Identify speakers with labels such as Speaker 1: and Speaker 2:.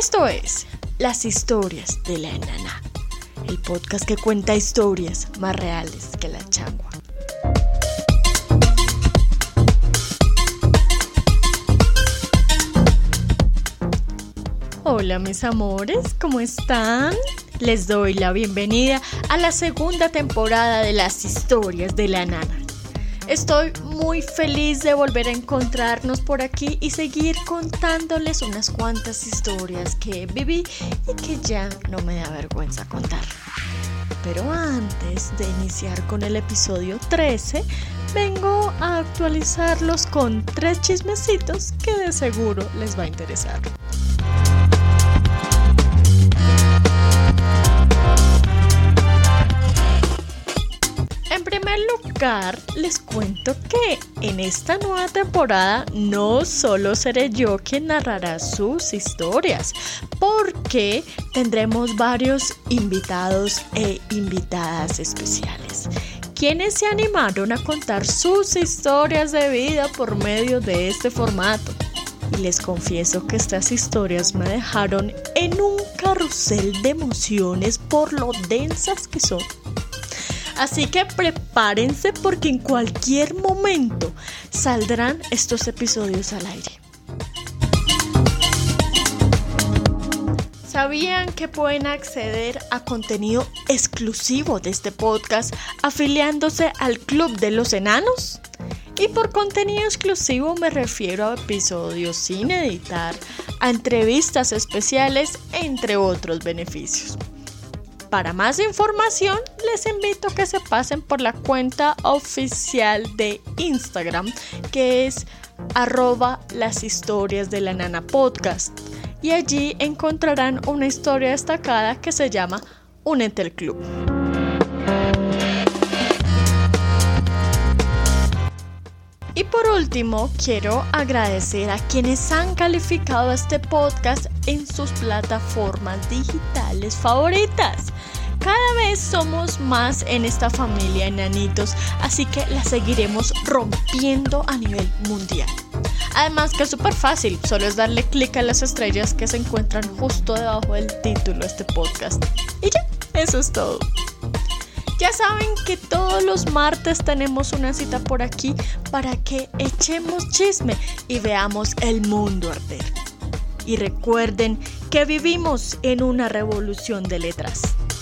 Speaker 1: Esto es Las Historias de la Enana, el podcast que cuenta historias más reales que la changua. Hola mis amores, ¿cómo están? Les doy la bienvenida a la segunda temporada de Las Historias de la Enana. Estoy muy feliz de volver a encontrarnos por aquí y seguir contándoles unas cuantas historias que viví y que ya no me da vergüenza contar. Pero antes de iniciar con el episodio 13, vengo a actualizarlos con 3 chismecitos que de seguro les va a interesar. En primer lugar, les cuento que en esta nueva temporada no solo seré yo quien narrará sus historias, porque tendremos varios invitados e invitadas especiales, quienes se animaron a contar sus historias de vida por medio de este formato. Y les confieso que estas historias me dejaron en un carrusel de emociones por lo densas que son. Así que prepárense porque en cualquier momento saldrán estos episodios al aire. ¿Sabían que pueden acceder a contenido exclusivo de este podcast afiliándose al Club de los Enanos? Y por contenido exclusivo me refiero a episodios sin editar, a entrevistas especiales, entre otros beneficios. Para más información, les invito a que se pasen por la cuenta oficial de Instagram, que es @lashistoriasdelananapodcast. Y allí encontrarán una historia destacada que se llama Únete al Club. Y por último, quiero agradecer a quienes han calificado este podcast en sus plataformas digitales favoritas. Cada vez somos más en esta familia enanitos, así que la seguiremos rompiendo a nivel mundial. Además que es súper fácil, solo es darle clic a las estrellas que se encuentran justo debajo del título de este podcast. Y ya, eso es todo. Ya saben que todos los martes tenemos una cita por aquí para que echemos chisme y veamos el mundo arder. Y recuerden que vivimos en una revolución de letras.